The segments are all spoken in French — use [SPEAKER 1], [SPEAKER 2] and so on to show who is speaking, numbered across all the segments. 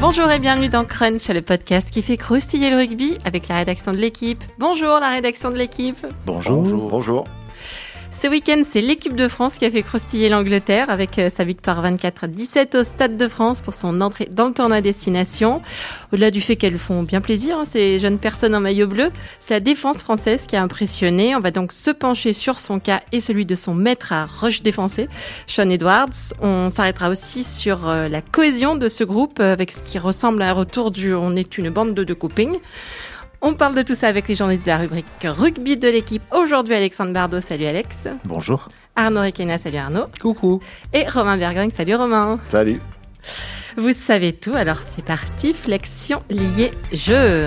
[SPEAKER 1] Bonjour et bienvenue dans Crunch, le podcast qui fait croustiller le rugby avec la rédaction de l'équipe. Bonjour la rédaction de l'équipe.
[SPEAKER 2] Bonjour.
[SPEAKER 1] Ce week-end, c'est l'équipe de France qui a fait croustiller l'Angleterre avec sa victoire 24-17 au Stade de France pour son entrée dans le tournoi destination. Au-delà du fait qu'elles font bien plaisir, ces jeunes personnes en maillot bleu, c'est la défense française qui a impressionné. On va donc se pencher sur son cas et celui de son maître à rush défensé, Shaun Edwards. On s'arrêtera aussi sur la cohésion de ce groupe avec ce qui ressemble à un retour du « on est une bande de copains ». On parle de tout ça avec les journalistes de la rubrique rugby de l'équipe. Aujourd'hui, Alexandre Bardot. Salut Alex.
[SPEAKER 2] Bonjour.
[SPEAKER 1] Arnaud Requena. Salut Arnaud.
[SPEAKER 3] Coucou.
[SPEAKER 1] Et Romain Bergogne. Salut Romain.
[SPEAKER 2] Salut.
[SPEAKER 1] Vous savez tout, alors c'est parti. Flexion liée jeu.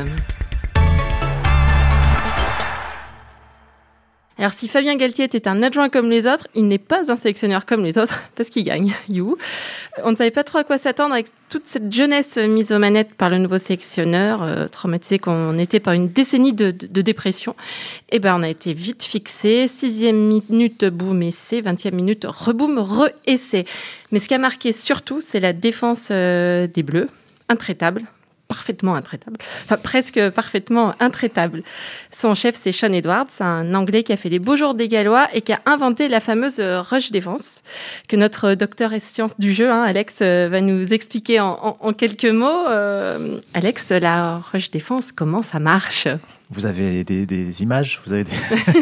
[SPEAKER 1] Alors si Fabien Galtier était un adjoint comme les autres, il n'est pas un sélectionneur comme les autres, parce qu'il gagne. On ne savait pas trop à quoi s'attendre avec toute cette jeunesse mise aux manettes par le nouveau sélectionneur, traumatisé qu'on était par une décennie de dépression. Et on a été vite fixé. 6e minute, boum, essai. 20e minute, reboum, re-essai. Mais ce qui a marqué surtout, c'est la défense des Bleus, intraitable. Parfaitement intraitable. Enfin, presque parfaitement intraitable. Son chef, c'est Shaun Edwards, un Anglais qui a fait les beaux jours des Gallois et qui a inventé la fameuse rush défense, que notre docteur et sciences du jeu, Alex, va nous expliquer en quelques mots. Alex, la rush défense, comment ça marche ?
[SPEAKER 2] Vous avez des images, vous avez des...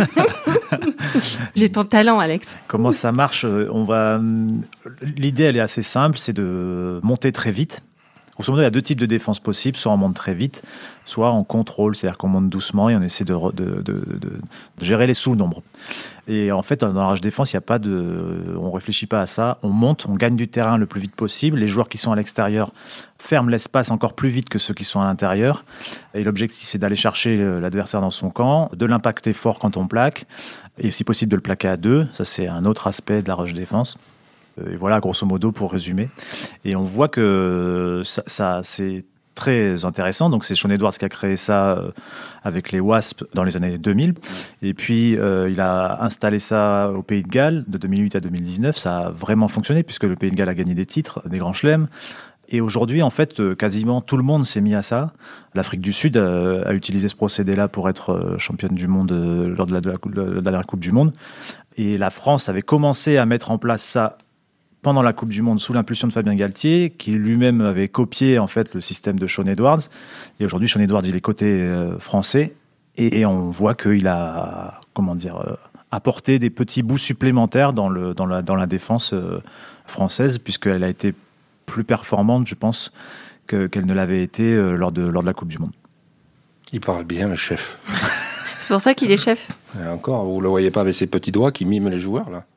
[SPEAKER 1] J'ai ton talent, Alex.
[SPEAKER 2] Comment ça marche ? L'idée, elle est assez simple, c'est de monter très vite. Grosso modo, il y a deux types de défense possibles. Soit on monte très vite, soit en contrôle, c'est-à-dire qu'on monte doucement et on essaie de gérer les sous-nombres. Et en fait, dans la rush défense, il y a pas on réfléchit pas à ça. On monte, on gagne du terrain le plus vite possible. Les joueurs qui sont à l'extérieur ferment l'espace encore plus vite que ceux qui sont à l'intérieur. Et l'objectif, c'est d'aller chercher l'adversaire dans son camp, de l'impacter fort quand on plaque, et si possible de le plaquer à deux. Ça, c'est un autre aspect de la rush défense. Et voilà, grosso modo, pour résumer. Et on voit que ça c'est très intéressant. Donc, c'est Shaun Edwards qui a créé ça avec les Wasps dans les années 2000. Et puis, il a installé ça au Pays de Galles de 2008 à 2019. Ça a vraiment fonctionné puisque le Pays de Galles a gagné des titres, des grands chelems. Et aujourd'hui, en fait, quasiment tout le monde s'est mis à ça. L'Afrique du Sud a utilisé ce procédé-là pour être championne du monde lors de la dernière Coupe du Monde. Et la France avait commencé à mettre en place ça pendant la Coupe du Monde, sous l'impulsion de Fabien Galtier, qui lui-même avait copié en fait le système de Shaun Edwards. Et aujourd'hui, Shaun Edwards, il est côté français, et on voit qu'il a, apporté des petits bouts supplémentaires dans la défense française, puisqu'elle a été plus performante, je pense, qu'elle ne l'avait été lors de la Coupe du Monde.
[SPEAKER 3] Il parle bien, le chef.
[SPEAKER 1] C'est pour ça qu'il est chef.
[SPEAKER 3] Et encore, vous ne le voyez pas avec ses petits doigts qui miment les joueurs, là.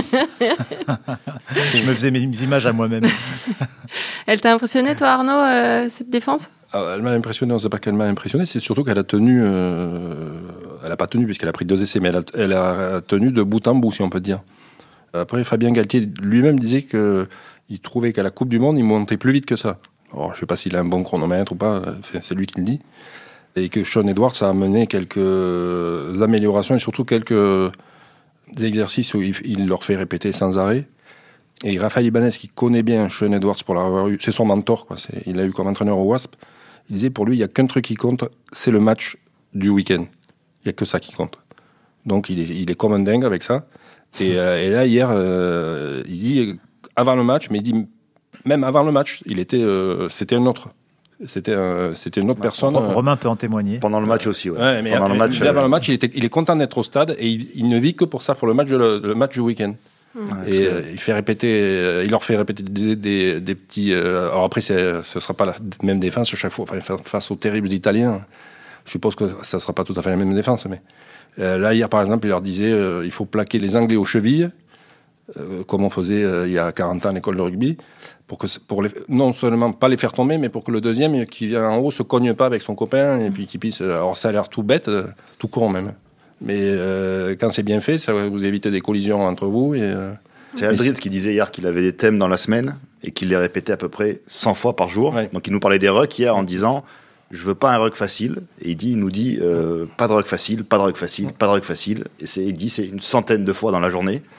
[SPEAKER 2] Je me faisais mes images à moi-même.
[SPEAKER 1] Elle t'a impressionné, toi, Arnaud, cette défense ?
[SPEAKER 3] Elle m'a impressionné, on ne sait pas qu'elle m'a impressionné, c'est surtout qu'elle a tenu... elle n'a pas tenu, puisqu'elle a pris 2 essais, mais elle a tenu de bout en bout, si on peut dire. Après, Fabien Galtier lui-même disait qu'il trouvait qu'à la Coupe du Monde, il montait plus vite que ça. Alors, je ne sais pas s'il a un bon chronomètre ou pas, c'est lui qui le dit. Et que Shaun Edwards a amené quelques améliorations et surtout quelques exercices où il leur fait répéter sans arrêt. Et Raphaël Ibanez, qui connaît bien Shaun Edwards pour l'avoir eu, c'est son mentor, quoi. Il l'a eu comme entraîneur au Wasp. Il disait pour lui, il n'y a qu'un truc qui compte, c'est le match du week-end. Il n'y a que ça qui compte. Donc il est comme un dingue avec ça. Et là, hier, il dit, avant le match, mais il dit, même avant le match, c'était un autre. C'était une autre personne.
[SPEAKER 2] Romain peut en témoigner.
[SPEAKER 4] Pendant le match aussi, ouais.
[SPEAKER 3] Ouais, mais
[SPEAKER 4] pendant le match,
[SPEAKER 3] avant le match, il est content d'être au stade et il ne vit que pour ça, pour le match du week-end.
[SPEAKER 4] Ouais,
[SPEAKER 3] Et il leur fait répéter des petits. Alors après, ce sera pas la même défense chaque fois. Enfin, face aux terribles Italiens, je suppose que ça sera pas tout à fait la même défense. Mais là, hier, par exemple, il leur disait il faut plaquer les Anglais aux chevilles, comme on faisait il y a 40 ans à l'école de rugby. Non seulement pas les faire tomber, mais pour que le deuxième qui vient en haut se cogne pas avec son copain et puis qu'il puisse. Alors ça a l'air tout bête, tout con même. Mais quand c'est bien fait, ça vous évite des collisions entre vous.
[SPEAKER 4] C'est Aldrid qui disait hier qu'il avait des thèmes dans la semaine et qu'il les répétait à peu près 100 fois par jour. Ouais. Donc il nous parlait des rucks hier en disant je veux pas un ruck facile. Et il nous dit pas de ruck facile, pas de ruck facile, pas de ruck facile. Et il dit c'est une centaine de fois dans la journée.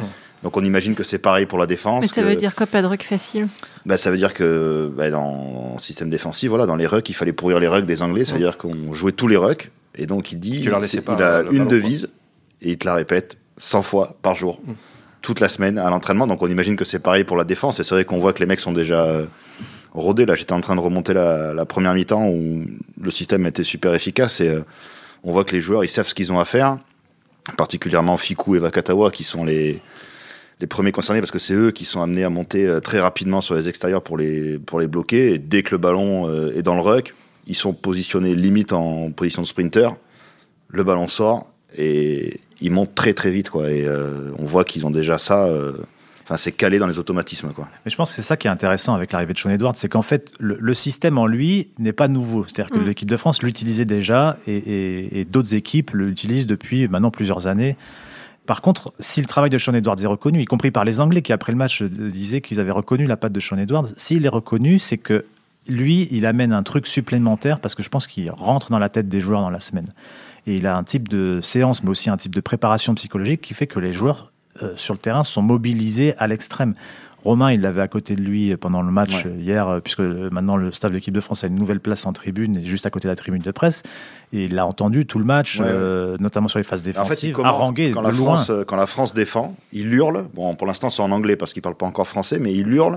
[SPEAKER 4] Donc on imagine que c'est pareil pour la défense.
[SPEAKER 1] Mais ça veut dire quoi, pas de ruck facile?
[SPEAKER 4] Ça veut dire que dans le système défensif, dans les rucks, il fallait pourrir les rucks des Anglais, c'est-à-dire qu'on jouait tous les rucks, et donc il dit, il a une devise, et il te la répète 100 fois par jour, toute la semaine à l'entraînement. Donc on imagine que c'est pareil pour la défense, et c'est vrai qu'on voit que les mecs sont déjà rodés. Là, j'étais en train de remonter la première mi-temps où le système était super efficace, et on voit que les joueurs, ils savent ce qu'ils ont à faire, particulièrement Fickou et Vakatawa, qui sont les premiers concernés, parce que c'est eux qui sont amenés à monter très rapidement sur les extérieurs pour les bloquer. Et dès que le ballon est dans le ruck, ils sont positionnés limite en position de sprinter. Le ballon sort et ils montent très très vite, quoi. Et on voit qu'ils ont déjà ça. C'est calé dans les automatismes, quoi.
[SPEAKER 2] Mais je pense que c'est ça qui est intéressant avec l'arrivée de Shaun Edwards, c'est qu'en fait, le système en lui n'est pas nouveau. C'est-à-dire que l'équipe de France l'utilisait déjà et d'autres équipes l'utilisent depuis maintenant plusieurs années. Par contre, si le travail de Shaun Edwards est reconnu, y compris par les Anglais qui, après le match, disaient qu'ils avaient reconnu la patte de Shaun Edwards, s'il est reconnu, c'est que lui, il amène un truc supplémentaire parce que je pense qu'il rentre dans la tête des joueurs dans la semaine. Et il a un type de séance, mais aussi un type de préparation psychologique qui fait que les joueurs sur le terrain sont mobilisés à l'extrême. Romain, il l'avait à côté de lui pendant le match hier, puisque maintenant le staff de l'équipe de France a une nouvelle place en tribune, juste à côté de la tribune de presse. Et il l'a entendu tout le match, notamment sur les phases défensives, haranguer loin.
[SPEAKER 4] Quand la France défend, il hurle. Bon, pour l'instant, c'est en anglais parce qu'il ne parle pas encore français, mais il hurle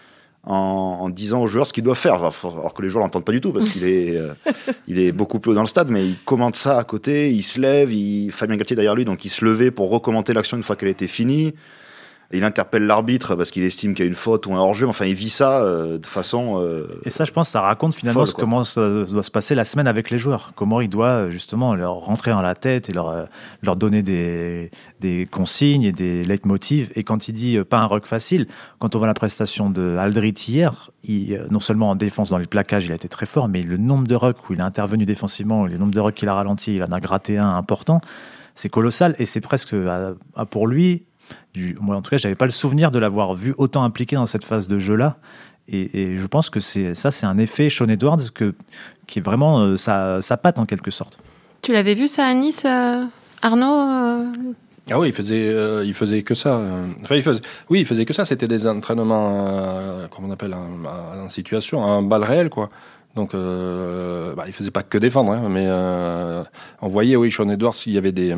[SPEAKER 4] en disant aux joueurs ce qu'ils doivent faire. Alors que les joueurs ne l'entendent pas du tout parce qu'il est, il est beaucoup plus haut dans le stade, mais il commente ça à côté, il se lève, Fabien Galtier derrière lui, donc il se levait pour recommenter l'action une fois qu'elle était finie. Il interpelle l'arbitre parce qu'il estime qu'il y a une faute ou un hors-jeu. Enfin, il vit ça de façon...
[SPEAKER 2] Et ça, je pense, ça raconte finalement
[SPEAKER 4] folle,
[SPEAKER 2] comment ça doit se passer la semaine avec les joueurs. Comment il doit justement leur rentrer dans la tête et leur donner des consignes et des leitmotivs. Et quand il dit pas un ruck facile, quand on voit la prestation de Aldrit hier, non seulement en défense dans les plaquages, il a été très fort, mais le nombre de rucks où il a intervenu défensivement, le nombre de rucks qu'il a ralenti, il en a gratté un important, c'est colossal. Et c'est presque pour lui... Moi, en tout cas, j'avais pas le souvenir de l'avoir vu autant impliqué dans cette phase de jeu-là. Et je pense que c'est un effet Shaun Edwards qui est vraiment sa patte en quelque sorte.
[SPEAKER 1] Tu l'avais vu ça à Nice, Arnaud
[SPEAKER 3] Ah oui, il faisait que ça. Il faisait que ça. C'était des entraînements, comment on appelle, en situation, en balle réelle, quoi. Donc, il faisait pas que défendre, hein, mais on voyait, Shaun Edwards, il y avait des...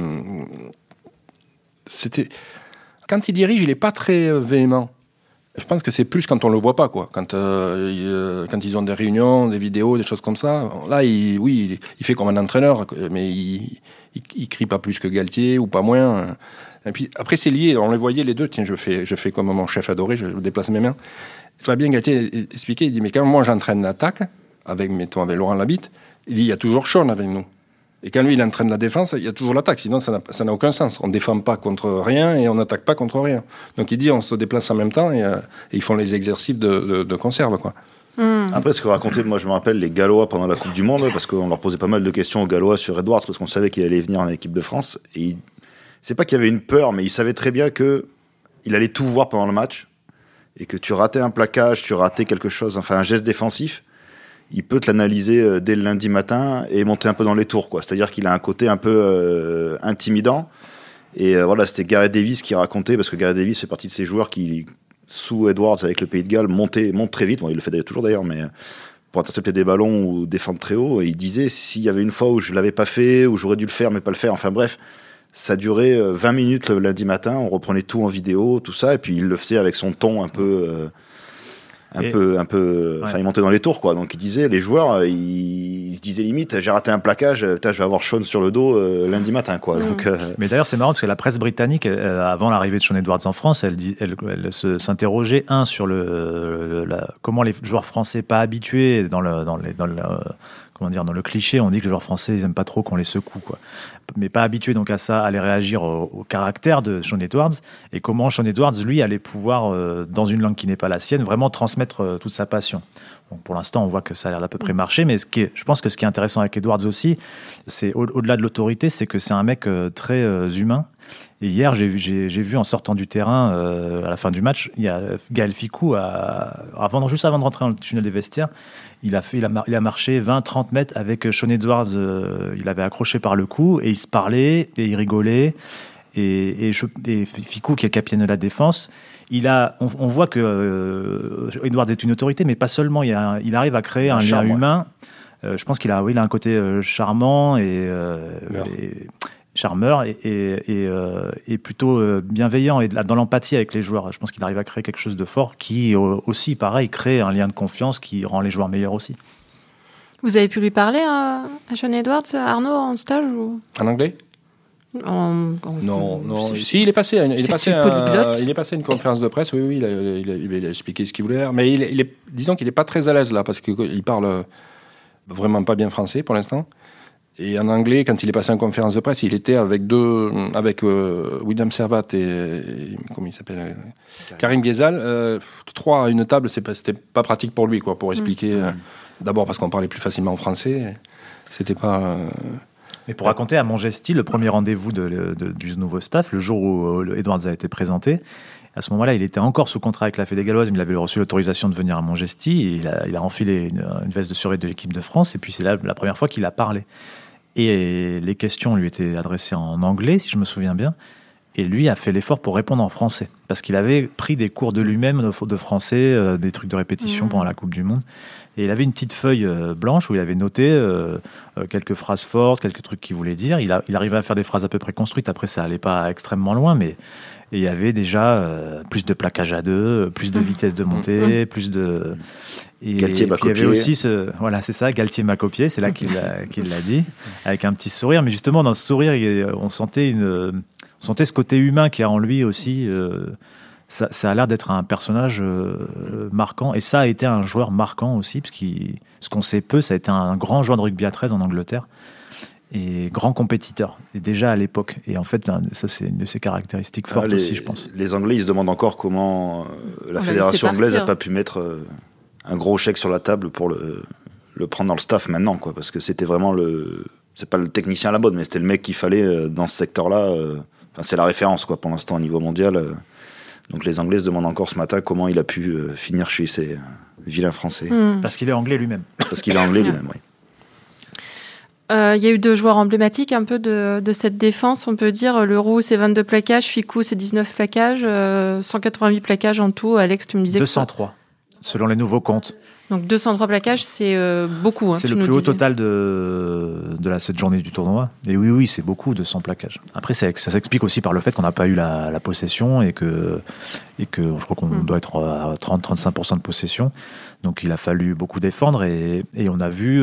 [SPEAKER 3] C'était... Quand il dirige, il n'est pas très véhément. Je pense que c'est plus quand on ne le voit pas, quoi. Quand ils ont des réunions, des vidéos, des choses comme ça. Là, il fait comme un entraîneur, mais il crie pas plus que Galtier ou pas moins. Et puis après, c'est lié. On les voyait les deux. Tiens, je fais comme mon chef adoré, je déplace mes mains. Fabien Galtier expliquait, il dit, mais quand moi j'entraîne l'attaque, avec Laurent Labitte, il dit, il y a toujours Shaun avec nous. Et quand lui, il entraîne la défense, il y a toujours l'attaque. Sinon, ça n'a aucun sens. On ne défend pas contre rien et on n'attaque pas contre rien. Donc, il dit, on se déplace en même temps et ils font les exercices de conserve, quoi.
[SPEAKER 4] Après, ce que racontait, moi, je me rappelle, les Gallois pendant la Coupe du Monde, parce qu'on leur posait pas mal de questions aux Gallois sur Edwards, parce qu'on savait qu'il allait venir en équipe de France. Et c'est pas qu'il y avait une peur, mais il savait très bien qu'il allait tout voir pendant le match. Et que tu ratais un plaquage, tu ratais quelque chose, enfin un geste défensif, il peut te l'analyser dès le lundi matin et monter un peu dans les tours, quoi. C'est-à-dire qu'il a un côté un peu intimidant. Et c'était Gareth Davis qui racontait, parce que Gareth Davis fait partie de ces joueurs qui, sous Edwards avec le Pays de Galles, monte très vite. Bon, il le fait toujours d'ailleurs, mais pour intercepter des ballons ou défendre très haut. Et il disait, s'il y avait une fois où je l'avais pas fait, où j'aurais dû le faire mais pas le faire, enfin bref, ça durait 20 minutes le lundi matin. On reprenait tout en vidéo, tout ça, et puis il le faisait avec son ton un peu... il montait dans les tours, quoi. Donc il disait, les joueurs, ils se disaient limite, j'ai raté un plaquage, je vais avoir Shaun sur le dos lundi matin, quoi. Donc,
[SPEAKER 2] Mais d'ailleurs, c'est marrant parce que la presse britannique, avant l'arrivée de Shaun Edwards en France, elle s'interrogeait sur comment les joueurs français pas habitués dans le cliché, on dit que les joueurs français ils aiment pas trop qu'on les secoue, quoi. Mais pas habitués donc à ça, à aller réagir au caractère de Shaun Edwards, et comment Shaun Edwards, lui, allait pouvoir, dans une langue qui n'est pas la sienne, vraiment transmettre toute sa passion. Donc pour l'instant, on voit que ça a l'air d'à peu près marcher, mais je pense que ce qui est intéressant avec Edwards aussi, c'est au-delà de l'autorité, c'est que c'est un mec très humain. Et hier, j'ai vu en sortant du terrain, à la fin du match, il y a Gaël Fickou, juste avant de rentrer dans le tunnel des vestiaires, il a marché 20-30 mètres avec Shaun Edwards. Il avait accroché par le cou et ils se parlaient et ils rigolaient. Et Fickou, qui est capitaine de la défense, on voit que Edwards est une autorité, mais pas seulement. Il arrive à créer un lien humain. Je pense qu'il a un côté charmant et charmeur et plutôt bienveillant et dans l'empathie avec les joueurs. Je pense qu'il arrive à créer quelque chose de fort qui aussi, pareil, crée un lien de confiance qui rend les joueurs meilleurs aussi.
[SPEAKER 1] Vous avez pu lui parler à John Edwards, Arnaud, en stage ou...
[SPEAKER 3] En anglais ?
[SPEAKER 1] Non.
[SPEAKER 3] Si, il est passé à une conférence de presse. Oui, il a expliqué ce qu'il voulait faire. Mais disons qu'il n'est pas très à l'aise là, parce qu'il parle vraiment pas bien français pour l'instant. Et en anglais, quand il est passé en conférence de presse, il était avec William Servat et comment il s'appelle, Karim Ghezal. Trois à une table, c'était pas pratique pour lui, quoi, pour expliquer. D'abord parce qu'on parlait plus facilement en français. C'était pas.
[SPEAKER 2] Mais pour raconter à Montgesti, le premier rendez-vous du nouveau staff, le jour où Edwards a été présenté, à ce moment-là, il était encore sous contrat avec la Fédé galloise, mais il avait reçu l'autorisation de venir à Montgesti. Et il a enfilé une veste de survêt de l'équipe de France, et puis c'est la première fois qu'il a parlé. Et les questions lui étaient adressées en anglais, si je me souviens bien, et lui a fait l'effort pour répondre en français, parce qu'il avait pris des cours de lui-même de français, des trucs de répétition pendant la Coupe du Monde. Et il avait une petite feuille blanche où il avait noté quelques phrases fortes, quelques trucs qu'il voulait dire. Il arrivait à faire des phrases à peu près construites. Après, ça allait pas extrêmement loin, mais il y avait déjà plus de plaquage à deux, plus de vitesse de montée, plus de...
[SPEAKER 4] Galtier m'a copié.
[SPEAKER 2] Il y avait aussi c'est ça, Galtier m'a copié, c'est là qu'il l'a dit, avec un petit sourire. Mais justement, dans ce sourire, on sentait ce côté humain qu'il y a en lui aussi. Ça a l'air d'être un personnage marquant, et ça a été un joueur marquant aussi, parce que ce qu'on sait peu, ça a été un grand joueur de rugby à 13 en Angleterre, et grand compétiteur, et déjà à l'époque. Et en fait, ça c'est une de ses caractéristiques fortes aussi, je pense.
[SPEAKER 4] Les Anglais, ils se demandent encore comment la fédération anglaise n'a pas pu mettre un gros chèque sur la table pour le prendre dans le staff maintenant, quoi, parce que c'était vraiment c'est pas le technicien à la mode, mais c'était le mec qu'il fallait dans ce secteur-là. C'est la référence, quoi, pour l'instant au niveau mondial. Donc les Anglais se demandent encore ce matin comment il a pu finir chez ces vilains Français.
[SPEAKER 2] Parce qu'il est anglais lui-même.
[SPEAKER 4] Parce qu'il est anglais lui-même, oui.
[SPEAKER 1] Il y a eu 2 joueurs emblématiques un peu de cette défense, on peut dire. Leroux, c'est 22 plaquages, Fickou, c'est 19 plaquages, 188 plaquages en tout. Alex, tu me disais
[SPEAKER 2] 203, selon les nouveaux comptes.
[SPEAKER 1] Donc 203 plaquages, c'est beaucoup.
[SPEAKER 2] C'est le plus haut total de cette journée du tournoi. Et oui, c'est beaucoup, 200 plaquages. Après, ça s'explique aussi par le fait qu'on n'a pas eu la possession et que je crois qu'on doit être à 30-35% de possession. Donc il a fallu beaucoup défendre et on a vu...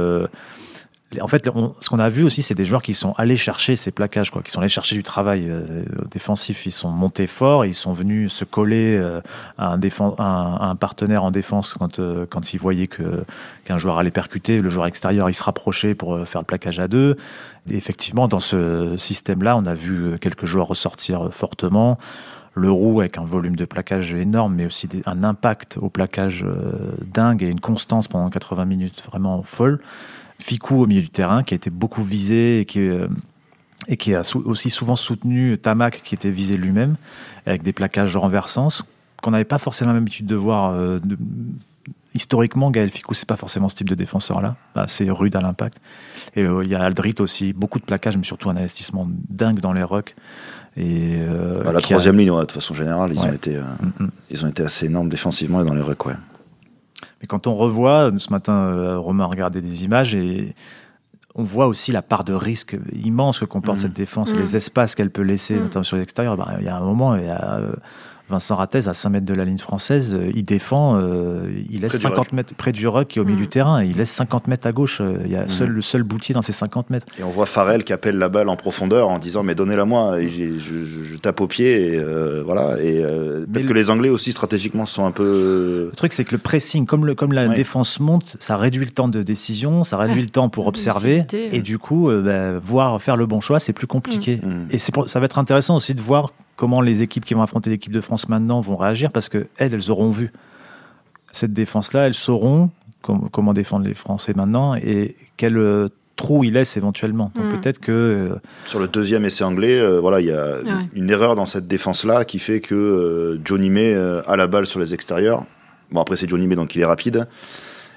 [SPEAKER 2] En fait, ce qu'on a vu aussi, c'est des joueurs qui sont allés chercher ces plaquages, quoi, qui sont allés chercher du travail défensif. Ils sont montés fort, ils sont venus se coller à un partenaire en défense quand ils voyaient qu'un joueur allait percuter. Le joueur extérieur, il se rapprochait pour faire le plaquage à 2. Et effectivement, dans ce système-là, on a vu quelques joueurs ressortir fortement. Leroux avec un volume de plaquage énorme, mais aussi un impact au plaquage dingue et une constance pendant 80 minutes vraiment folle. Fickou au milieu du terrain, qui a été beaucoup visé et qui a aussi souvent soutenu Tamac, qui était visé lui-même, avec des plaquages renversants, qu'on n'avait pas forcément l'habitude de voir. Historiquement, Gaël Fickou, c'est pas forcément ce type de défenseur-là, assez rude à l'impact. Et il y a Aldrit aussi, beaucoup de plaquages, mais surtout un investissement dingue dans les rucks. Et
[SPEAKER 4] la troisième ligne, de façon générale, ils ont été assez énormes défensivement et dans les rucks, ouais.
[SPEAKER 2] Mais quand on revoit, ce matin, Romain regardait des images et on voit aussi la part de risque immense que comporte cette défense et les espaces qu'elle peut laisser, notamment sur l'extérieur. Il y a un moment, il y a Vincent Rattez, à 5 mètres de la ligne française, il défend, il laisse 50 mètres près du ruck qui est au milieu du terrain, et il laisse 50 mètres à gauche. Il y a le seul boutier dans ces 50 mètres. Et
[SPEAKER 4] on voit Farrell qui appelle la balle en profondeur en disant mais donnez-la moi, et je tape au pied, et voilà. Et peut-être que les Anglais aussi stratégiquement sont un peu...
[SPEAKER 2] Le truc, c'est que le pressing, comme la défense monte, ça réduit le temps de décision, ça réduit le temps pour observer, et du coup, faire le bon choix, c'est plus compliqué. Et ça va être intéressant aussi de voir comment les équipes qui vont affronter l'équipe de France maintenant vont réagir, parce qu'elles auront vu cette défense-là, elles sauront comment défendre les Français maintenant et quel trou ils laissent éventuellement. Donc peut-être que...
[SPEAKER 4] Sur le deuxième essai anglais, il y a une erreur dans cette défense-là qui fait que Johnny May a la balle sur les extérieurs. Bon, après c'est Johnny May, donc il est rapide.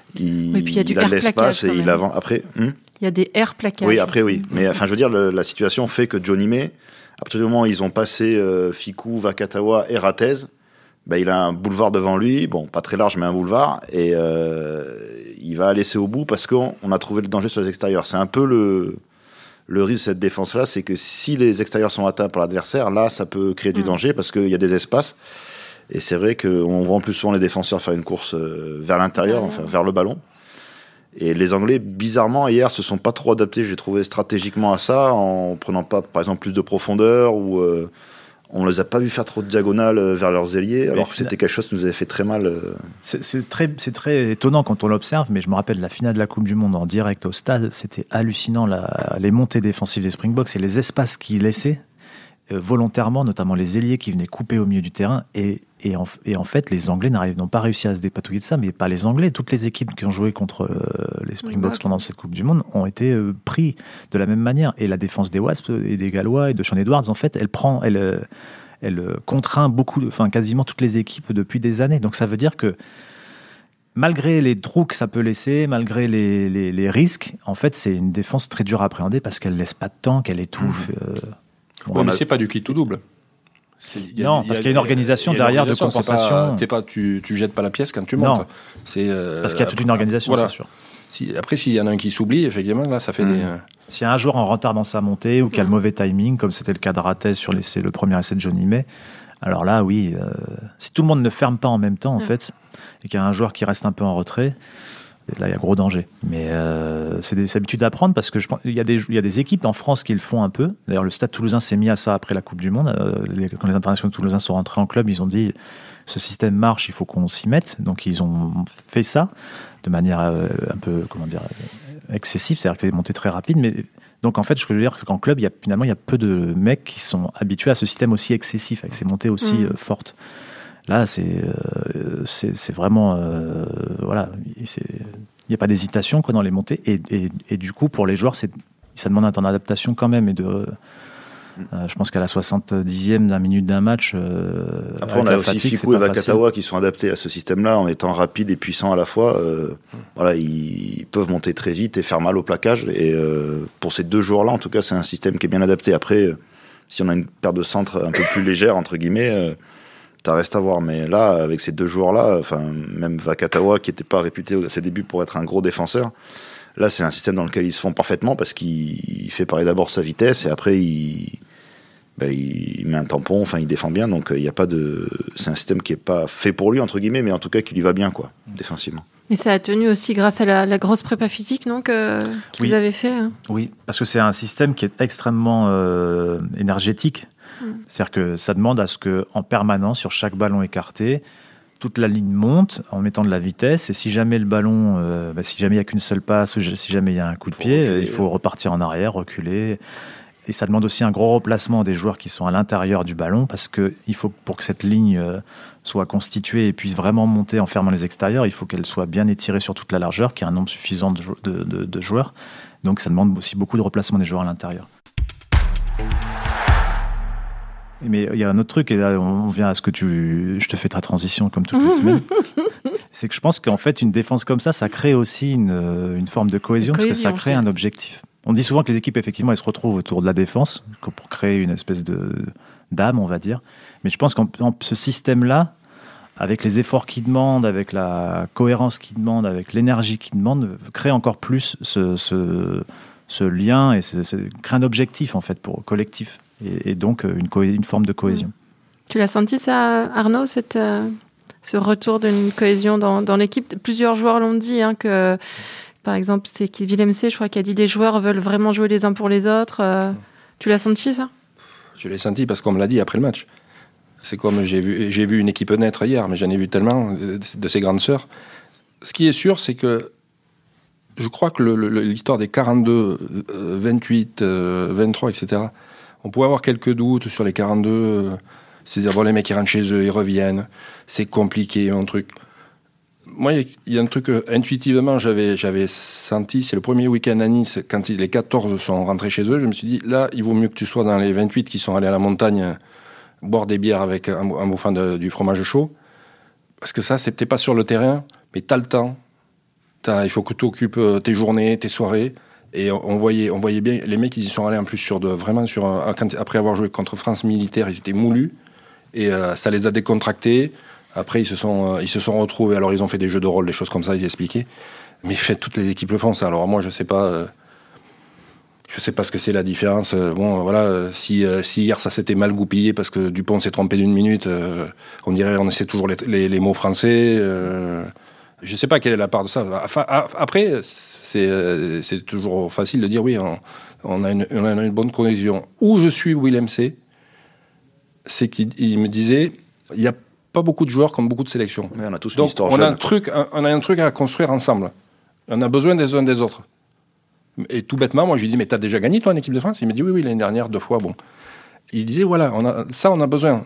[SPEAKER 1] puis il y a du air
[SPEAKER 4] l'espace et il avance. Après,
[SPEAKER 1] il y a des air plaquages.
[SPEAKER 4] Oui, après, oui. Mais enfin, je veux dire, la situation fait que Johnny May, à partir du moment où ils ont passé Fickou, Vakatawa et Ratez, il a un boulevard devant lui, bon, pas très large, mais un boulevard, et il va laisser au bout parce qu'on a trouvé le danger sur les extérieurs. C'est un peu le risque de cette défense-là, c'est que si les extérieurs sont atteints par l'adversaire, là, ça peut créer du danger parce qu'il y a des espaces. Et c'est vrai qu'on voit en plus souvent les défenseurs faire une course vers l'intérieur, enfin vers le ballon. Et les Anglais, bizarrement, hier, se sont pas trop adaptés, j'ai trouvé, stratégiquement à ça, en prenant pas, par exemple, plus de profondeur ou... on ne les a pas vus faire trop de diagonales vers leurs ailiers, alors que c'était quelque chose qui nous avait fait très mal.
[SPEAKER 2] C'est très étonnant quand on l'observe, mais je me rappelle la finale de la Coupe du Monde en direct au stade, c'était hallucinant, les montées défensives des Springboks et les espaces qu'ils laissaient volontairement, notamment les ailiers qui venaient couper au milieu du terrain. Et en fait, les Anglais n'ont pas réussi à se dépatouiller de ça, mais pas les Anglais. Toutes les équipes qui ont joué contre les Springboks pendant cette Coupe du Monde ont été pris de la même manière. Et la défense des Wasps et des Gallois et de Sean Edwards, en fait, elle contraint quasiment toutes les équipes depuis des années. Donc ça veut dire que malgré les trous que ça peut laisser, malgré les risques, en fait, c'est une défense très dure à appréhender parce qu'elle laisse pas de temps, qu'elle étouffe.
[SPEAKER 3] Mais c'est pas du kit tout double.
[SPEAKER 2] Non, parce qu'il y a une organisation derrière de compensation.
[SPEAKER 3] Tu jettes pas la pièce quand tu montes.
[SPEAKER 2] Non, parce qu'il y a toute une organisation,
[SPEAKER 3] voilà.
[SPEAKER 2] C'est sûr.
[SPEAKER 3] Après, s'il y en a un qui s'oublie, effectivement, là, ça fait des...
[SPEAKER 2] S'il y a un joueur en retard dans sa montée ou qui a le mauvais timing, comme c'était le cas de Ratez sur le premier essai de Johnny May, alors là, oui, si tout le monde ne ferme pas en même temps, en fait, et qu'il y a un joueur qui reste un peu en retrait, là, il y a gros danger. Mais c'est des habitudes à prendre parce que je pense il y a des équipes en France qui le font un peu. D'ailleurs, le Stade Toulousain s'est mis à ça après la Coupe du Monde. Quand les internationaux toulousains sont rentrés en club, ils ont dit ce système marche, il faut qu'on s'y mette. Donc, ils ont fait ça de manière un peu, excessive. C'est-à-dire que c'est monté très rapide. Mais donc, en fait, je veux dire qu'en club, il y a peu de mecs qui sont habitués à ce système aussi excessif, avec ces montées aussi fortes. Là, c'est vraiment... voilà, il n'y a pas d'hésitation dans les montées. Et du coup, pour les joueurs, ça demande un temps d'adaptation quand même. Je pense qu'à la 70e d'un minute d'un match...
[SPEAKER 4] Après, on a aussi Fickou et Vakatawa qui sont adaptés à ce système-là en étant rapides et puissants à la fois. Voilà, ils peuvent monter très vite et faire mal au plaquage. Et pour ces deux joueurs-là, en tout cas, c'est un système qui est bien adapté. Après, si on a une paire de centres un peu plus légère, entre guillemets... ça reste à voir, mais là, avec ces deux joueurs-là, même Vakatawa, qui n'était pas réputé à ses débuts pour être un gros défenseur, là, c'est un système dans lequel ils se font parfaitement parce qu'il fait parler d'abord sa vitesse et après, il met un tampon, il défend bien, donc il y a pas de... C'est un système qui n'est pas fait pour lui, entre guillemets, mais en tout cas, qui lui va bien, défensivement.
[SPEAKER 1] Mais ça a tenu aussi grâce à la grosse prépa physique, non, qu'ils avaient fait.
[SPEAKER 2] Oui, parce que c'est un système qui est extrêmement énergétique. C'est-à-dire que ça demande à ce qu'en permanence, sur chaque ballon écarté, toute la ligne monte en mettant de la vitesse. Et si jamais le ballon, si jamais il n'y a qu'une seule passe, ou si jamais il y a un coup de pied, reculer, il faut repartir en arrière, reculer. Et ça demande aussi un gros replacement des joueurs qui sont à l'intérieur du ballon, parce que il faut, pour que cette ligne soit constituée et puisse vraiment monter en fermant les extérieurs, il faut qu'elle soit bien étirée sur toute la largeur, qu'il y ait un nombre suffisant de joueurs. Donc ça demande aussi beaucoup de replacement des joueurs à l'intérieur. Mais il y a un autre truc, et là on vient à ce que je te fais ta transition comme toutes les semaines, c'est que je pense qu'en fait une défense comme ça crée aussi une forme de cohésion, parce que ça crée un objectif. On dit souvent que les équipes, effectivement, elles se retrouvent autour de la défense pour créer une espèce d'âme, on va dire. Mais je pense qu'en ce système-là, avec les efforts qu'il demande, avec la cohérence qu'il demande, avec l'énergie qu'il demande, crée encore plus ce lien et crée un objectif, en fait, pour collectif. Et donc une forme de cohésion.
[SPEAKER 1] Tu l'as senti ça, Arnaud, ce retour d'une cohésion dans l'équipe? Plusieurs joueurs l'ont dit, que par exemple c'est Willem C, je crois, qui a dit les joueurs veulent vraiment jouer les uns pour les autres. Tu l'as senti, ça?
[SPEAKER 3] Je l'ai senti parce qu'on me l'a dit après le match. C'est comme j'ai vu une équipe naître hier, mais j'en ai vu tellement de ces grandes sœurs. Ce qui est sûr, c'est que je crois que l'histoire des 42, 28, 23, etc., on pouvait avoir quelques doutes sur les 42, c'est-à-dire, les mecs, ils rentrent chez eux, ils reviennent, c'est compliqué, un truc. Moi, il y a un truc intuitivement, j'avais senti, c'est le premier week-end à Nice, quand les 14 sont rentrés chez eux, je me suis dit, là, il vaut mieux que tu sois dans les 28 qui sont allés à la montagne boire des bières avec en bouffant du fromage chaud, parce que ça, c'est peut-être pas sur le terrain, mais t'as le temps il faut que tu occupes tes journées, tes soirées. Et on voyait bien, les mecs, ils y sont allés en plus après avoir joué contre France Militaire, ils étaient moulus. Et ça les a décontractés. Après, ils se sont retrouvés. Alors, ils ont fait des jeux de rôle, des choses comme ça, ils expliquaient. Mais toutes les équipes le font, ça. Alors, moi, je sais pas ce que c'est la différence. Bon, voilà, si hier, ça s'était mal goupillé parce que Dupont s'est trompé d'1 minute, on dirait on essaie toujours les mots français. Je sais pas quelle est la part de ça. Après, c'est toujours facile de dire oui, on a une bonne connexion. Où je suis Willem C, c'est qu'il me disait, il n'y a pas beaucoup de joueurs comme beaucoup de sélections.
[SPEAKER 4] Mais on a tous une
[SPEAKER 3] Donc,
[SPEAKER 4] histoire
[SPEAKER 3] on a un truc à construire ensemble. On a besoin des uns des autres. Et tout bêtement, moi, je lui dis, mais t'as déjà gagné, toi, en équipe de France ? Il me dit, oui, l'année dernière, 2 fois, bon. Il disait, voilà, on a besoin.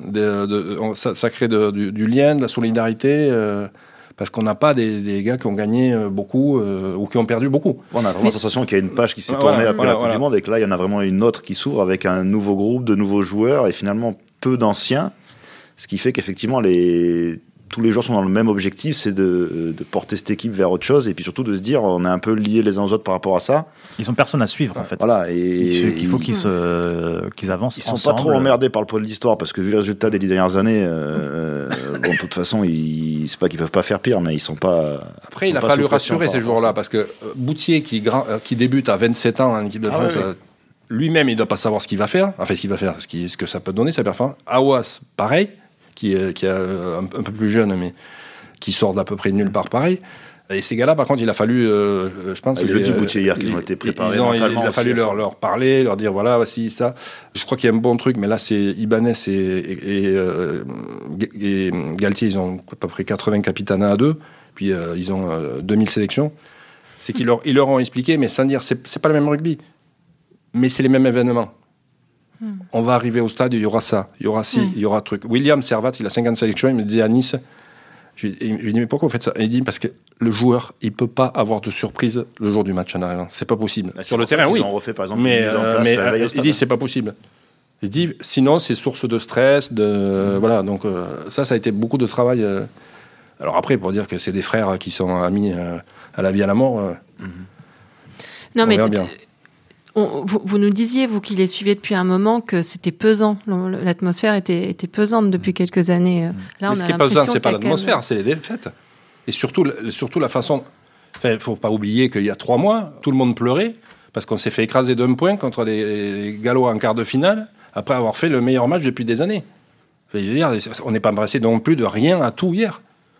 [SPEAKER 3] Ça crée du lien, de la solidarité, parce qu'on n'a pas des gars qui ont gagné beaucoup ou qui ont perdu beaucoup.
[SPEAKER 4] On a vraiment la sensation qu'il y a une page qui s'est tournée après la Coupe du Monde, et que là, il y en a vraiment une autre qui s'ouvre avec un nouveau groupe, de nouveaux joueurs, et finalement peu d'anciens, ce qui fait qu'effectivement, tous les joueurs sont dans le même objectif, c'est de porter cette équipe vers autre chose, et puis surtout de se dire, on est un peu liés les uns aux autres par rapport à ça.
[SPEAKER 2] Ils ont personne à suivre, en fait.
[SPEAKER 4] Voilà,
[SPEAKER 2] il faut qu'ils avancent
[SPEAKER 4] Ils sont
[SPEAKER 2] ensemble.
[SPEAKER 4] pas trop emmerdés par le poids de l'histoire, parce que vu les résultats des 10 dernières années, bon, de toute façon, c'est pas qu'ils peuvent pas faire pire, mais ils sont pas.
[SPEAKER 3] Après, il a fallu rassurer ces joueurs-là, parce que Boutier, qui débute à 27 ans en équipe de France, lui-même, il doit pas savoir ce qu'il va faire, ce que ça peut donner, sa performance. Aouas, pareil. Qui est un peu plus jeune, mais qui sort d'à peu près de nulle part pareil. Et ces gars-là, par contre, il a fallu, je pense...
[SPEAKER 4] Il y a eu du Boutier hier qu'ils ont été préparés mentalement.
[SPEAKER 3] Il a fallu leur parler, leur dire, voilà, voici ça. Je crois qu'il y a un bon truc, mais là, c'est Ibanez et Galtier, ils ont à peu près 80 capitanats à 2, puis ils ont 2000 sélections. C'est qu'ils leur ont expliqué, mais sans dire, c'est pas le même rugby, mais c'est les mêmes événements. On va arriver au stade, il y aura ça, il y aura ci, il y aura truc. William Servat, il a 50 sélections, il me disait à Nice, je lui dis, mais pourquoi vous faites ça ? Et il dit, parce que le joueur, il ne peut pas avoir de surprise le jour du match en arrivant. C'est pas possible.
[SPEAKER 4] Bah,
[SPEAKER 3] sur le terrain, oui.
[SPEAKER 4] Ils ont refait, par exemple,
[SPEAKER 3] mais il dit, c'est pas possible. Il dit, sinon, c'est source de stress, voilà. Donc, ça a été beaucoup de travail. Alors après, pour dire que c'est des frères qui sont amis à la vie, à la mort,
[SPEAKER 1] non, mais
[SPEAKER 3] bien.
[SPEAKER 1] Vous nous disiez, vous qui les suivez depuis un moment, que c'était pesant. L'atmosphère était pesante depuis quelques années. Là,
[SPEAKER 3] mais ce qui est pesant, c'est pas l'atmosphère, c'est les défaites. Et surtout la façon... Enfin, il ne faut pas oublier qu'il y a 3 mois, tout le monde pleurait parce qu'on s'est fait écraser d'1 point contre les Gallois en quart de finale après avoir fait le meilleur match depuis des années. Enfin, je veux dire, on n'est pas embrassé non plus de rien à tout hier.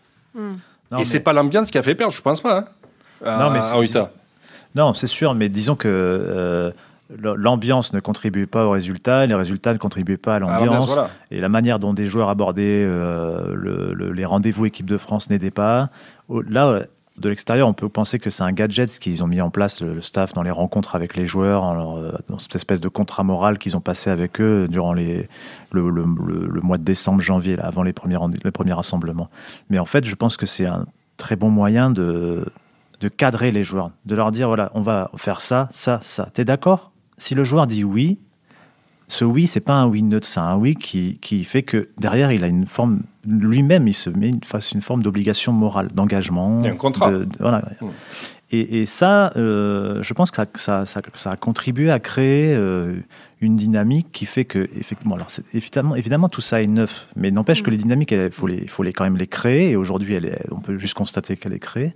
[SPEAKER 3] Et c'est pas l'ambiance qui a fait perdre, je pense pas. À Utah.
[SPEAKER 2] Non, c'est sûr, mais disons que l'ambiance ne contribue pas au résultat, les résultats ne contribuent pas à l'ambiance, voilà. Et la manière dont des joueurs abordaient les rendez-vous équipe de France n'aidait pas. Là, de l'extérieur, on peut penser que c'est un gadget ce qu'ils ont mis en place, le staff, dans les rencontres avec les joueurs, dans cette espèce de contrat moral qu'ils ont passé avec eux durant le mois de décembre, janvier, là, avant les premiers rassemblements. Mais en fait, je pense que c'est un très bon moyen de cadrer les joueurs, de leur dire, voilà, on va faire ça, ça, ça. T'es d'accord ? Si le joueur dit oui, ce oui, c'est pas un oui neutre, c'est un oui qui fait que derrière, il a une forme, lui-même, il se met face à une forme d'obligation morale, d'engagement.
[SPEAKER 3] Il y a un contrat.
[SPEAKER 2] Voilà. Et ça, je pense que ça a contribué à créer une dynamique qui fait que, effectivement, alors évidemment, tout ça est neuf, mais n'empêche que les dynamiques, il faut quand même les créer, et aujourd'hui, on peut juste constater qu'elle est créée.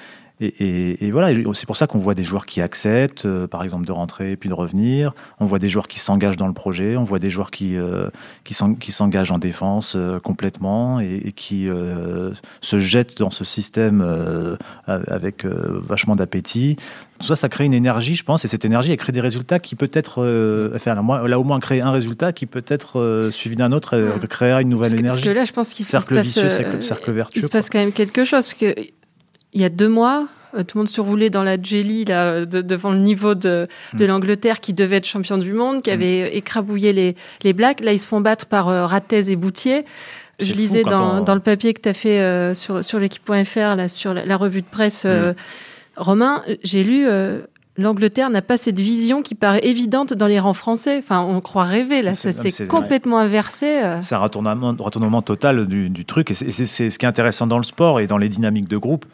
[SPEAKER 2] Et voilà, c'est pour ça qu'on voit des joueurs qui acceptent, par exemple, de rentrer puis de revenir. On voit des joueurs qui s'engagent dans le projet. On voit des joueurs qui s'engagent en défense complètement et qui se jettent dans ce système avec vachement d'appétit. Tout ça crée une énergie, je pense, et cette énergie, elle crée des résultats qui peut-être... elle a au moins créé un résultat qui peut-être, suivi d'un autre, créera une nouvelle énergie.
[SPEAKER 1] Parce que là, je pense qu'il
[SPEAKER 2] cercle vicieux, cercle vertueux.
[SPEAKER 1] Il se passe quand même quelque chose, parce que il y a 2 mois, tout le monde se roulait dans la jelly là, devant le niveau de l'Angleterre qui devait être champion du monde, qui avait écrabouillé les Blacks. Là, ils se font battre par Rattez et Boutier. Je lisais dans le papier que tu as fait sur l'équipe.fr, là, sur la revue de presse, Romain, j'ai lu... L'Angleterre n'a pas cette vision qui paraît évidente dans les rangs français. Enfin, on croit rêver, là. Ça s'est complètement inversé. C'est
[SPEAKER 2] un retournement total du truc. Et c'est ce qui est intéressant dans le sport et dans les dynamiques de groupe.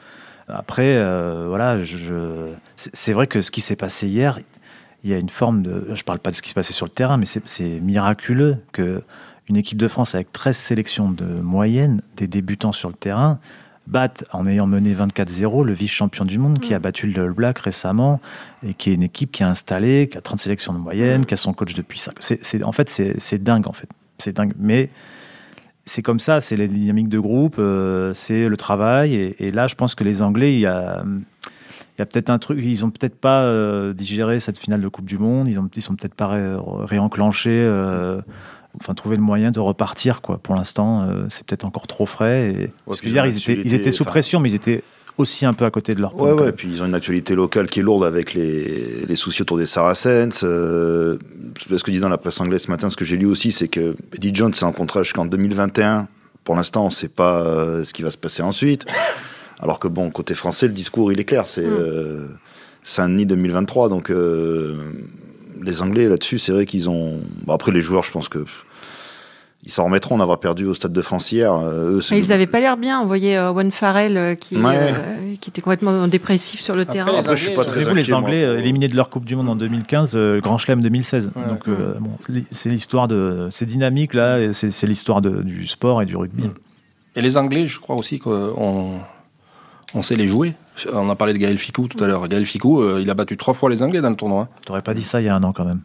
[SPEAKER 2] Après, voilà, c'est vrai que ce qui s'est passé hier, il y a une forme de... Je ne parle pas de ce qui se passait sur le terrain, mais c'est miraculeux qu'une équipe de France avec 13 sélections de moyenne, des débutants sur le terrain, batte, en ayant mené 24-0, le vice-champion du monde qui a battu le All Black récemment et qui est une équipe qui est installée, qui a 30 sélections de moyenne, qui a son coach depuis 5... En fait, c'est dingue, en fait. C'est dingue. Mais c'est comme ça, c'est les dynamiques de groupe, c'est le travail. Et là, je pense que les Anglais, il y a peut-être un truc, ils n'ont peut-être pas digéré cette finale de Coupe du Monde, ils sont peut-être pas réenclenchés, trouver le moyen de repartir, quoi. Pour l'instant, c'est peut-être encore trop frais. Parce que hier, ils étaient sous pression, mais ils étaient aussi un peu à côté de leur point.
[SPEAKER 4] Ouais, puis ils ont une actualité locale qui est lourde avec les soucis autour des Saracens. Ce que dit dans la presse anglaise ce matin, ce que j'ai lu aussi, c'est que Eddie Jones est en contrat jusqu'en 2021. Pour l'instant, on ne sait pas ce qui va se passer ensuite. Alors que bon, côté français, le discours, il est clair. C'est Saint-Denis 2023. Donc, les Anglais, là-dessus, c'est vrai qu'ils ont... Bon, après, les joueurs, je pense que... Ils s'en remettront d'avoir perdu au Stade de France hier.
[SPEAKER 1] Ils n'avaient pas l'air bien. On voyait Owen Farrell qui était complètement dépressif sur le terrain.
[SPEAKER 3] Après, je suis pas très
[SPEAKER 2] inquiet, les Anglais éliminés de leur Coupe du Monde en 2015, Grand Chelem 2016. Ouais. Donc, c'est l'histoire de ces dynamiques-là, et c'est l'histoire du sport et du rugby.
[SPEAKER 3] Et les Anglais, je crois aussi qu'on sait les jouer. On a parlé de Gaël Fickou tout à l'heure. Gaël Fickou, il a battu 3 fois les Anglais dans le tournoi.
[SPEAKER 2] T'aurais pas dit ça il y a un an quand même.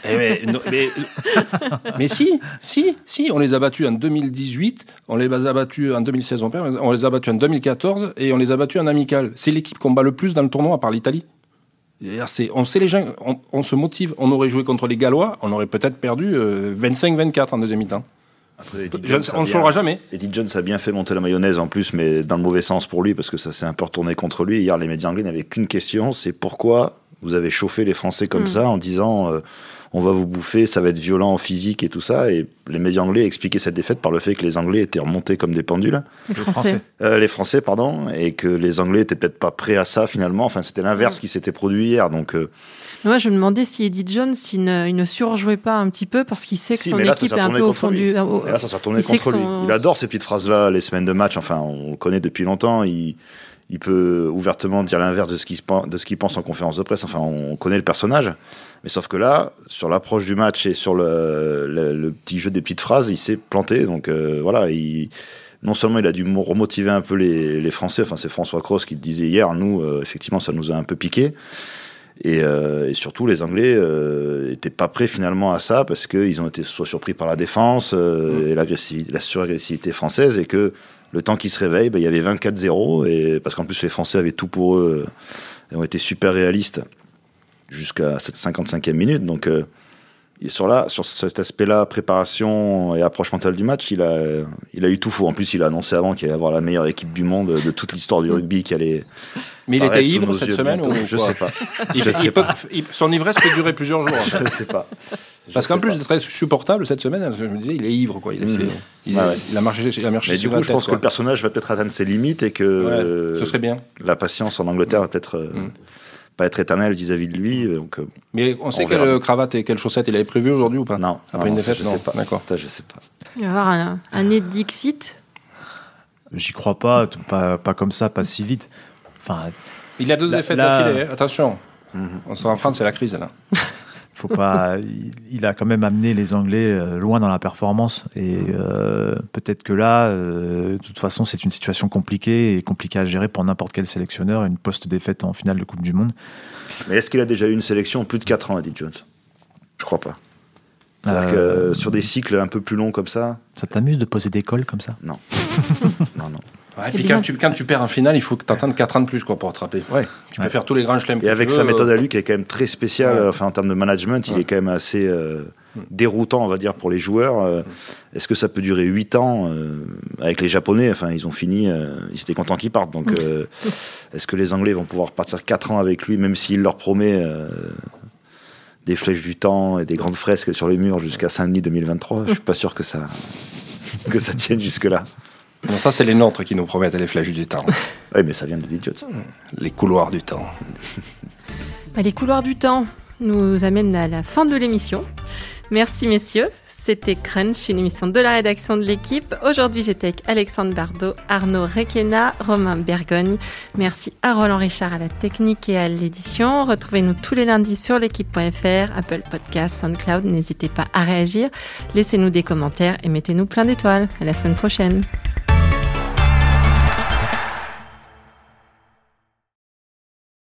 [SPEAKER 3] Mais si, on les a battus en 2018, on les a battus en 2016, on les a battus en 2014 et on les a battus en amical. C'est l'équipe qu'on bat le plus dans le tournoi, à part l'Italie. On sait les gens, on se motive. On aurait joué contre les Gallois, on aurait peut-être perdu 25-24 en deuxième mi-temps.
[SPEAKER 4] Après,
[SPEAKER 3] on ne saura jamais.
[SPEAKER 4] Eddie Jones a bien fait monter la mayonnaise en plus, mais dans le mauvais sens pour lui, parce que ça s'est un peu retourné contre lui. Hier, les médias anglais n'avaient qu'une question, c'est pourquoi vous avez chauffé les Français comme ça en disant on va vous bouffer, ça va être violent en physique et tout ça. Et les médias anglais expliquaient cette défaite par le fait que les Anglais étaient remontés comme des pendules. Les Français, pardon, et que les Anglais étaient peut-être pas prêts à ça finalement. Enfin, c'était l'inverse qui s'était produit hier. Donc,
[SPEAKER 1] moi, je me demandais si Eddie Jones il ne surjouait pas un petit peu parce qu'il sait que son équipe est un peu au fond du.
[SPEAKER 4] Là, ça s'est retourné contre lui. Il adore ces petites phrases-là, les semaines de match. Enfin, on le connaît depuis longtemps. Il peut ouvertement dire l'inverse de ce qu'il pense en conférence de presse. Enfin, on connaît le personnage. Mais sauf que là, sur l'approche du match et sur le petit jeu des petites phrases, il s'est planté. Donc voilà, non seulement il a dû remotiver un peu les Français. Enfin, c'est François Cros qui le disait hier. Nous, effectivement, ça nous a un peu piqué. Et surtout, les Anglais étaient pas prêts finalement à ça parce qu'ils ont été soit surpris par la défense et la suragressivité française, et que le temps qu'ils se réveillent, il y avait 24-0, et parce qu'en plus les Français avaient tout pour eux et ont été super réalistes jusqu'à cette 55e minute. Donc sur cet aspect-là, préparation et approche mentale du match, il a eu tout faux. En plus, il a annoncé avant qu'il allait avoir la meilleure équipe du monde de toute l'histoire du rugby qui allait...
[SPEAKER 3] Mais il était ivre cette semaine ou
[SPEAKER 4] je sais pas.
[SPEAKER 3] Son ivresse peut durer plusieurs jours.
[SPEAKER 4] Je ne sais pas.
[SPEAKER 3] Parce qu'en plus d'être très supportable cette semaine, je me disais, il est ivre, quoi. Il a marché
[SPEAKER 4] mais
[SPEAKER 3] sur la tête.
[SPEAKER 4] Du coup, je pense que le personnage va peut-être atteindre ses limites et que
[SPEAKER 3] ce serait bien.
[SPEAKER 4] La patience en Angleterre va peut-être pas être éternelle vis-à-vis de lui. Donc,
[SPEAKER 3] mais on sait quelle cravate et quelle chaussette il avait prévu aujourd'hui ou pas?
[SPEAKER 4] Non.
[SPEAKER 3] Après une défaite,
[SPEAKER 4] je sais pas.
[SPEAKER 3] D'accord.
[SPEAKER 4] Ça, je sais pas.
[SPEAKER 1] Il va y avoir un nez de Dixit.
[SPEAKER 2] J'y crois pas comme ça, pas si vite. Enfin,
[SPEAKER 3] il a 2 défaites d'affilée, attention. En France, c'est la crise, là.
[SPEAKER 2] Faut pas. Il a quand même amené les Anglais loin dans la performance, et peut-être que là, de toute façon, c'est une situation compliquée à gérer pour n'importe quel sélectionneur, une post-défaite en finale de Coupe du Monde.
[SPEAKER 4] Mais est-ce qu'il a déjà eu une sélection plus de 4 ans, Eddie Jones? Je crois pas. C'est-à-dire que sur des cycles un peu plus longs comme ça...
[SPEAKER 2] Ça t'amuse de poser des cols comme ça?
[SPEAKER 4] Non. Non.
[SPEAKER 3] Ouais, et puis quand tu perds en finale, il faut que tu attendes 4 ans de plus pour rattraper.
[SPEAKER 4] Ouais.
[SPEAKER 3] Tu peux faire tous les grands chelems.
[SPEAKER 4] Et avec sa méthode à lui qui est quand même très spéciale, en termes de management, il est quand même assez déroutant, on va dire, pour les joueurs. Est-ce que ça peut durer 8 ans avec les Japonais? Enfin, ils ont fini, ils étaient contents qu'ils partent. Donc, est-ce que les Anglais vont pouvoir partir 4 ans avec lui, même s'il leur promet des flèches du temps et des grandes fresques sur les murs jusqu'à Saint-Denis 2023? Je suis pas sûr que ça tienne jusque-là.
[SPEAKER 3] Non, ça, c'est les nôtres qui nous promettent les flèches du temps.
[SPEAKER 4] Oui, mais ça vient de Eddie Jones.
[SPEAKER 3] Les couloirs du temps.
[SPEAKER 1] Les couloirs du temps. nous amène à la fin de l'émission. Merci messieurs, c'était Crunch, une émission de la rédaction de l'équipe. Aujourd'hui, j'étais avec Alexandre Bardot, Arnaud Requena, Romain Bergogne. Merci à Roland Richard à la technique et à l'édition. Retrouvez-nous tous les lundis sur l'équipe.fr, Apple Podcasts, SoundCloud. N'hésitez pas à réagir, laissez-nous des commentaires et mettez-nous plein d'étoiles. À la semaine prochaine.